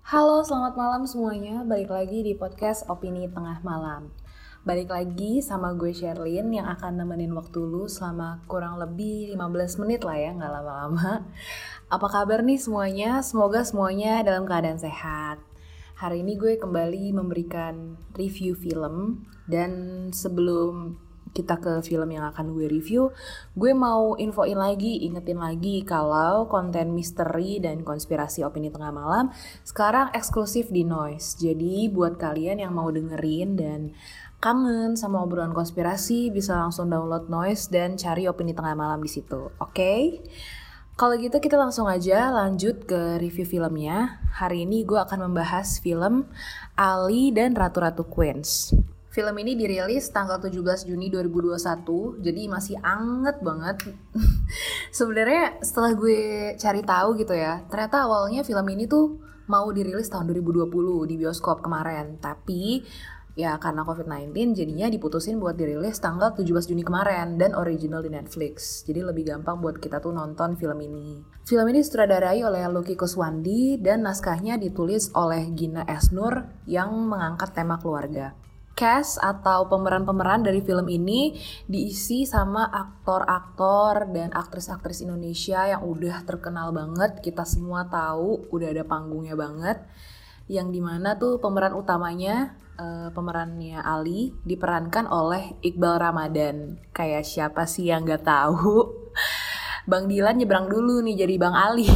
Halo, selamat malam semuanya. Balik lagi di podcast Opini Tengah Malam. Balik lagi sama gue Sherlyn yang akan nemenin waktu lu selama kurang lebih 15 menit lah ya, gak lama-lama. Apa kabar nih semuanya? Semoga semuanya dalam keadaan sehat. Hari ini gue kembali memberikan review film. Dan sebelum kita ke film yang akan gue review, gue mau ingetin lagi kalau konten misteri dan konspirasi opini tengah malam sekarang eksklusif di Noise. Jadi buat kalian yang mau dengerin dan kangen sama obrolan konspirasi, bisa langsung download Noise dan cari opini tengah malam di situ. Oke? Kalau gitu kita langsung aja lanjut ke review filmnya. Hari ini gue akan membahas film Ali dan Ratu-Ratu Queens. Film ini dirilis tanggal 17 Juni 2021, jadi masih anget banget. Sebenarnya setelah gue cari tahu gitu ya, ternyata awalnya film ini tuh mau dirilis tahun 2020 di bioskop kemarin. Tapi ya karena COVID-19 jadinya diputusin buat dirilis tanggal 17 Juni kemarin dan original di Netflix. Jadi lebih gampang buat kita tuh nonton film ini. Film ini sutradarai oleh Lucky Kuswandi dan naskahnya ditulis oleh Gina Esnur yang mengangkat tema keluarga. Cast atau pemeran-pemeran dari film ini diisi sama aktor-aktor dan aktris-aktris Indonesia yang udah terkenal banget, kita semua tahu, udah ada panggungnya banget. Yang dimana tuh pemeran utamanya, pemerannya Ali diperankan oleh Iqbal Ramadan. Kayak siapa sih yang gak tahu? Bang Dilan nyebrang dulu nih jadi Bang Ali.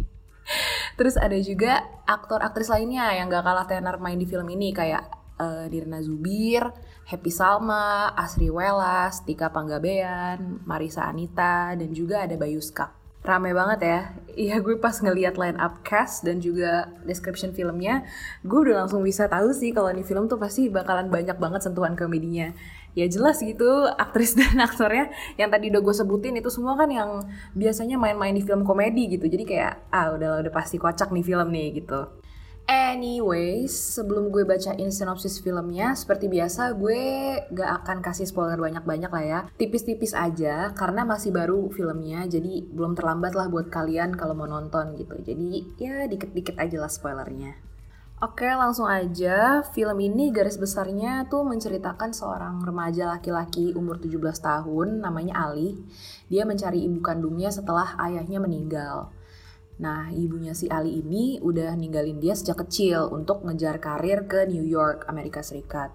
Terus ada juga aktor-aktris lainnya yang gak kalah tenar main di film ini kayak Nirina Zubir, Happy Salma, Asri Welas, Tika Panggabean, Marisa Anita, dan juga ada Bayu Skak. Rame banget ya. Iya, gue pas ngeliat line up cast dan juga description filmnya, gue udah langsung bisa tahu sih kalau ini film tuh pasti bakalan banyak banget sentuhan komedinya. Ya jelas gitu, aktris dan aktornya yang tadi udah gue sebutin itu semua kan yang biasanya main-main di film komedi gitu. Jadi kayak, udah pasti kocak nih film nih gitu. Anyways, sebelum gue bacain sinopsis filmnya, seperti biasa gue gak akan kasih spoiler banyak-banyak lah ya. Tipis-tipis aja, karena masih baru filmnya, jadi belum terlambat lah buat kalian kalau mau nonton gitu. Jadi ya dikit-dikit aja lah spoilernya. Oke, langsung aja. Film ini garis besarnya tuh menceritakan seorang remaja laki-laki umur 17 tahun, namanya Ali. Dia mencari ibu kandungnya setelah ayahnya meninggal. Nah, ibunya si Ali ini udah ninggalin dia sejak kecil untuk ngejar karir ke New York, Amerika Serikat.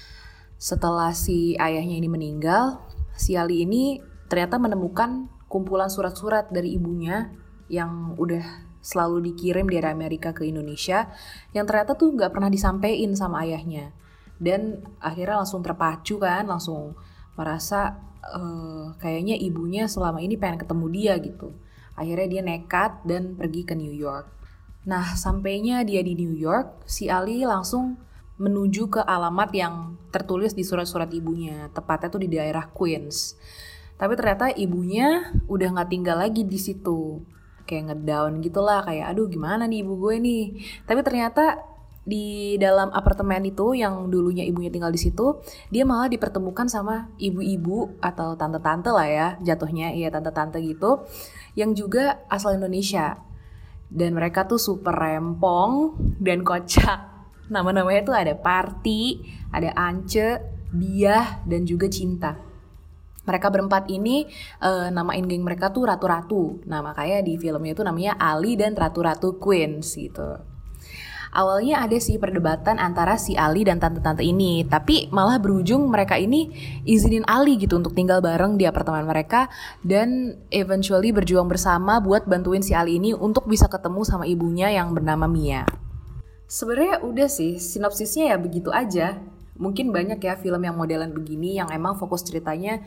Setelah si ayahnya ini meninggal, si Ali ini ternyata menemukan kumpulan surat-surat dari ibunya yang udah selalu dikirim dari Amerika ke Indonesia, yang ternyata tuh gak pernah disampein sama ayahnya. Dan akhirnya langsung terpacu kan, langsung merasa kayaknya ibunya selama ini pengen ketemu dia gitu. Akhirnya dia nekat dan pergi ke New York. Nah, sampainya dia di New York, si Ali langsung menuju ke alamat yang tertulis di surat-surat ibunya. Tepatnya tuh di daerah Queens. Tapi ternyata ibunya udah gak tinggal lagi di situ. Kayak ngedown gitu lah, kayak aduh gimana nih ibu gue nih. Tapi ternyata di dalam apartemen itu yang dulunya ibunya tinggal di situ, dia malah dipertemukan sama ibu-ibu atau tante-tante lah ya, jatuhnya iya tante-tante gitu, yang juga asal Indonesia. Dan mereka tuh super rempong dan kocak. Nama-namanya tuh ada Parti, ada Ance, Diah, dan juga Cinta. Mereka berempat ini namain geng mereka tuh Ratu-Ratu. Nah makanya di filmnya itu namanya Ali dan Ratu-Ratu Queens gitu. Awalnya ada sih perdebatan antara si Ali dan tante-tante ini, tapi malah berujung mereka ini izinin Ali gitu untuk tinggal bareng di apartemen mereka dan eventually berjuang bersama buat bantuin si Ali ini untuk bisa ketemu sama ibunya yang bernama Mia. Sebenarnya udah sih, sinopsisnya ya begitu aja. Mungkin banyak ya film yang modelan begini yang emang fokus ceritanya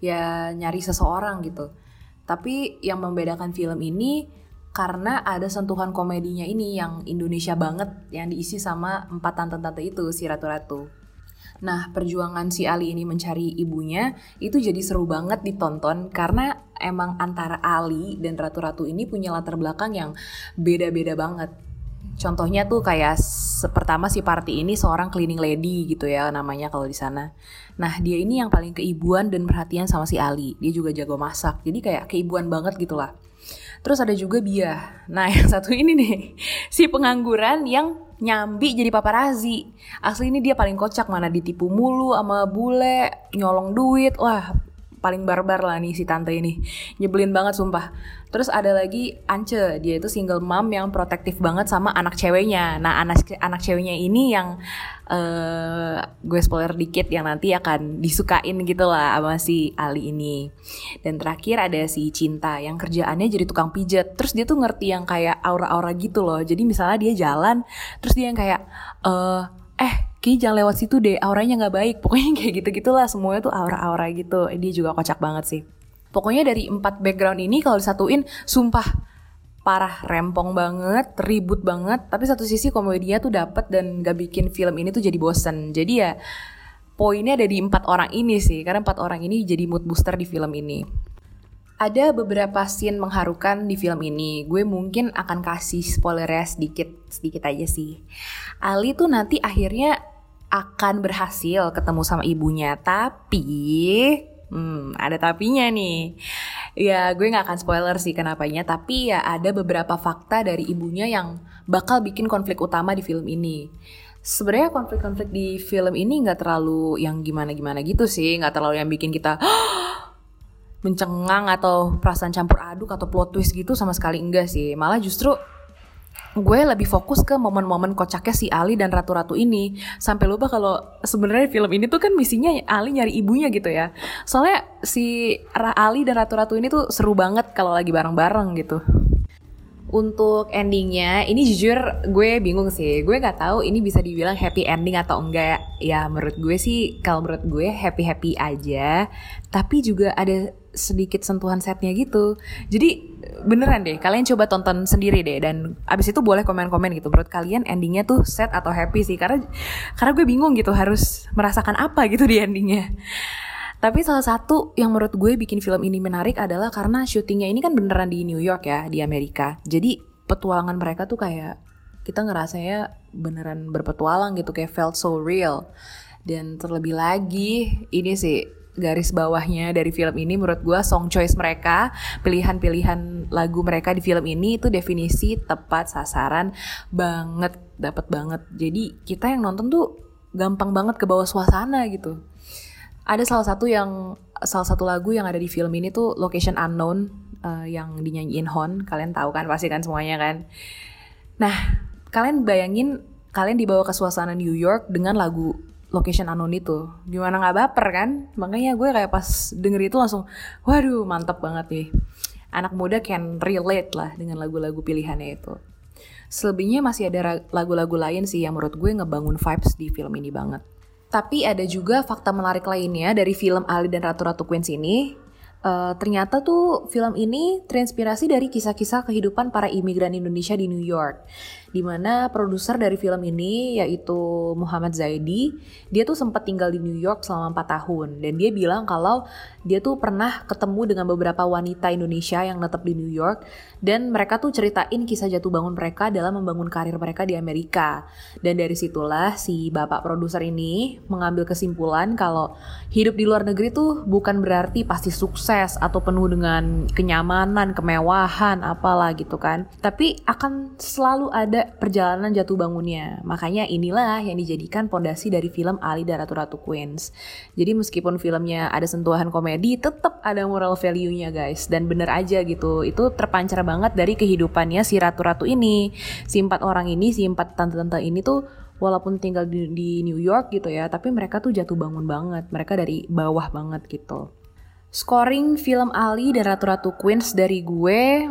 ya nyari seseorang gitu. Tapi yang membedakan film ini karena ada sentuhan komedinya ini yang Indonesia banget, yang diisi sama 4 tante-tante itu, si Ratu-Ratu. Nah, perjuangan si Ali ini mencari ibunya itu jadi seru banget ditonton karena emang antara Ali dan Ratu-Ratu ini punya latar belakang yang beda-beda banget. Contohnya tuh kayak pertama si Parti ini seorang cleaning lady gitu ya namanya kalau di sana. Nah, dia ini yang paling keibuan dan perhatian sama si Ali. Dia juga jago masak. Jadi kayak keibuan banget gitulah. Terus ada juga Bia. Nah, yang satu ini nih, si pengangguran yang nyambi jadi paparazi. Asli ini dia paling kocak, mana ditipu mulu sama bule, nyolong duit. Wah, paling barbar lah nih si tante ini. Nyebelin banget sumpah. Terus ada lagi Ance, dia itu single mom yang protektif banget sama anak ceweknya. Nah, anak ceweknya ini yang gue spoiler dikit, yang nanti akan disukain gitu lah sama si Ali ini. Dan terakhir ada si Cinta yang kerjaannya jadi tukang pijet. Terus dia tuh ngerti yang kayak aura-aura gitu loh. Jadi misalnya dia jalan, terus dia yang kayak kayaknya jangan lewat situ deh, auranya gak baik. Pokoknya kayak gitu-gitulah, semuanya tuh aura-aura gitu. Dia juga kocak banget sih. Pokoknya dari 4 background ini kalau disatuin, sumpah parah, rempong banget, ribut banget. Tapi satu sisi komedinya tuh dapet dan gak bikin film ini tuh jadi bosen. Jadi ya poinnya ada di 4 orang ini sih, karena 4 orang ini jadi mood booster di film ini. Ada beberapa scene mengharukan di film ini. Gue mungkin akan kasih spoilernya sedikit aja sih. Ali tuh nanti akhirnya akan berhasil ketemu sama ibunya. Tapi ada tapinya nih. Ya gue gak akan spoiler sih kenapanya. Tapi ya ada beberapa fakta dari ibunya yang bakal bikin konflik utama di film ini. Sebenarnya konflik-konflik di film ini gak terlalu yang gimana-gimana gitu sih. Gak terlalu yang bikin kita mencengang atau perasaan campur aduk atau plot twist gitu, sama sekali enggak sih. Malah justru gue lebih fokus ke momen-momen kocaknya si Ali dan ratu-ratu ini. Sampai lupa kalau sebenarnya film ini tuh kan misinya Ali nyari ibunya gitu ya. Soalnya si Ali dan ratu-ratu ini tuh seru banget kalau lagi bareng-bareng gitu. Untuk endingnya, ini jujur gue bingung sih. Gue gak tahu ini bisa dibilang happy ending atau enggak. Ya menurut gue sih, kalau menurut gue happy-happy aja. Tapi juga ada sedikit sentuhan setnya gitu. Jadi beneran deh, kalian coba tonton sendiri deh. Dan abis itu boleh komen-komen gitu. Menurut kalian endingnya tuh sad atau happy sih. Karena gue bingung gitu harus merasakan apa gitu di endingnya. Tapi salah satu yang menurut gue bikin film ini menarik adalah karena syutingnya ini kan beneran di New York ya, di Amerika. Jadi petualangan mereka tuh kayak kita ngerasanya beneran berpetualang gitu, kayak felt so real. Dan terlebih lagi ini sih garis bawahnya dari film ini menurut gue song choice mereka, pilihan-pilihan lagu mereka di film ini itu definisi tepat sasaran banget, dapet banget. Jadi kita yang nonton tuh gampang banget ke bawah suasana gitu. Ada salah satu lagu yang ada di film ini tuh Location Unknown, yang dinyanyiin Hon. Kalian tahu kan pasti kan semuanya kan. Nah, kalian bayangin kalian dibawa ke suasana New York dengan lagu Location Unknown itu. Gimana gak baper kan? Makanya gue kayak pas denger itu langsung, waduh mantep banget nih. Anak muda can relate lah dengan lagu-lagu pilihannya itu. Selebihnya masih ada lagu-lagu lain sih yang menurut gue ngebangun vibes di film ini banget. Tapi ada juga fakta menarik lainnya dari film Ali dan Ratu-Ratu Queens ini. Ternyata tuh film ini terinspirasi dari kisah-kisah kehidupan para imigran Indonesia di New York. Dimana produser dari film ini yaitu Muhammad Zaidi, dia tuh sempat tinggal di New York selama 4 tahun. Dan dia bilang kalau dia tuh pernah ketemu dengan beberapa wanita Indonesia yang netep di New York. Dan mereka tuh ceritain kisah jatuh bangun mereka dalam membangun karir mereka di Amerika. Dan dari situlah si bapak produser ini mengambil kesimpulan kalau hidup di luar negeri tuh bukan berarti pasti sukses atau penuh dengan kenyamanan, kemewahan, apalah gitu kan. Tapi akan selalu ada perjalanan jatuh bangunnya. Makanya inilah yang dijadikan pondasi dari film Ali dan Ratu-Ratu Queens. Jadi meskipun filmnya ada sentuhan komedi, tetap ada moral value-nya guys. Dan bener aja gitu, itu terpancar banget dari kehidupannya si Ratu-Ratu ini. Si 4 orang ini, si 4 tante-tante ini tuh walaupun tinggal di New York gitu ya, tapi mereka tuh jatuh bangun banget. Mereka dari bawah banget gitu. Scoring film Ali dan Ratu-Ratu Queens dari gue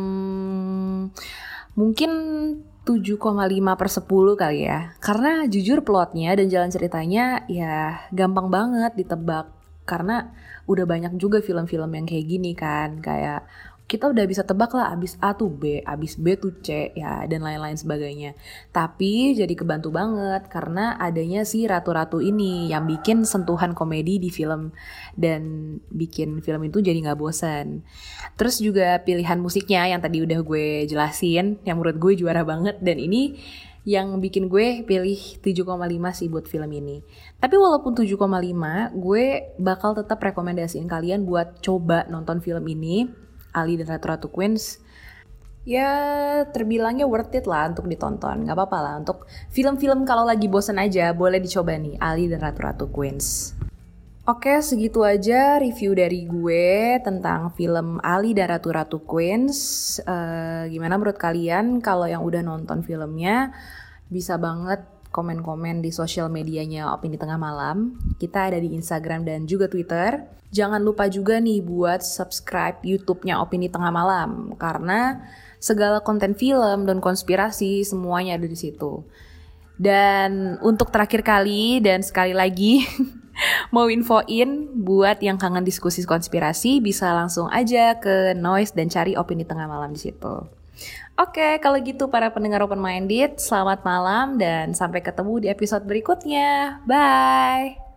mungkin 7,5/10 kali ya. Karena jujur plotnya dan jalan ceritanya ya gampang banget ditebak. Karena udah banyak juga film-film yang kayak gini kan. Kayak kita udah bisa tebak lah abis A tuh B, abis B tuh C, ya dan lain-lain sebagainya. Tapi jadi kebantu banget karena adanya si Ratu-Ratu ini yang bikin sentuhan komedi di film dan bikin film itu jadi gak bosan. Terus juga pilihan musiknya yang tadi udah gue jelasin, yang menurut gue juara banget, dan ini yang bikin gue pilih 7,5 sih buat film ini. Tapi walaupun 7,5, gue bakal tetap rekomendasiin kalian buat coba nonton film ini, Ali dan Ratu-Ratu Queens. Ya terbilangnya worth it lah untuk ditonton. Gak apa-apa lah, untuk film-film kalau lagi bosen aja boleh dicoba nih, Ali dan Ratu-Ratu Queens. Oke, segitu aja review dari gue tentang film Ali dan Ratu-Ratu Queens. Gimana menurut kalian? Kalau yang udah nonton filmnya, bisa banget komen-komen di sosial medianya Opini Tengah Malam. Kita ada di Instagram dan juga Twitter. Jangan lupa juga nih buat subscribe YouTube-nya Opini Tengah Malam, karena segala konten film dan konspirasi semuanya ada di situ. Dan untuk terakhir kali dan sekali lagi mau infoin buat yang kangen diskusi konspirasi bisa langsung aja ke Noise dan cari Opini Tengah Malam di situ. Oke, kalau gitu para pendengar Open Minded, selamat malam dan sampai ketemu di episode berikutnya. Bye.